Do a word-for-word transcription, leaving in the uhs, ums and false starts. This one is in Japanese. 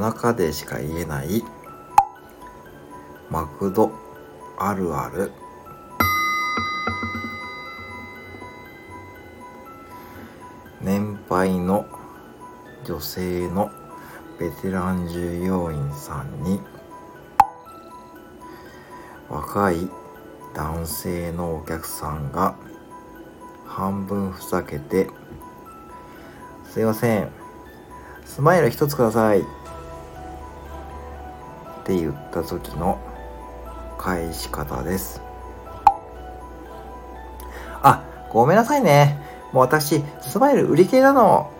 中でしか言えないマクドあるある。年配の女性のベテラン従業員さんに若い男性のお客さんが半分ふざけて、すいません、スマイル一つくださいって言った時の返し方です。あ、ごめんなさいね。もう私、スマイル売り切れなの。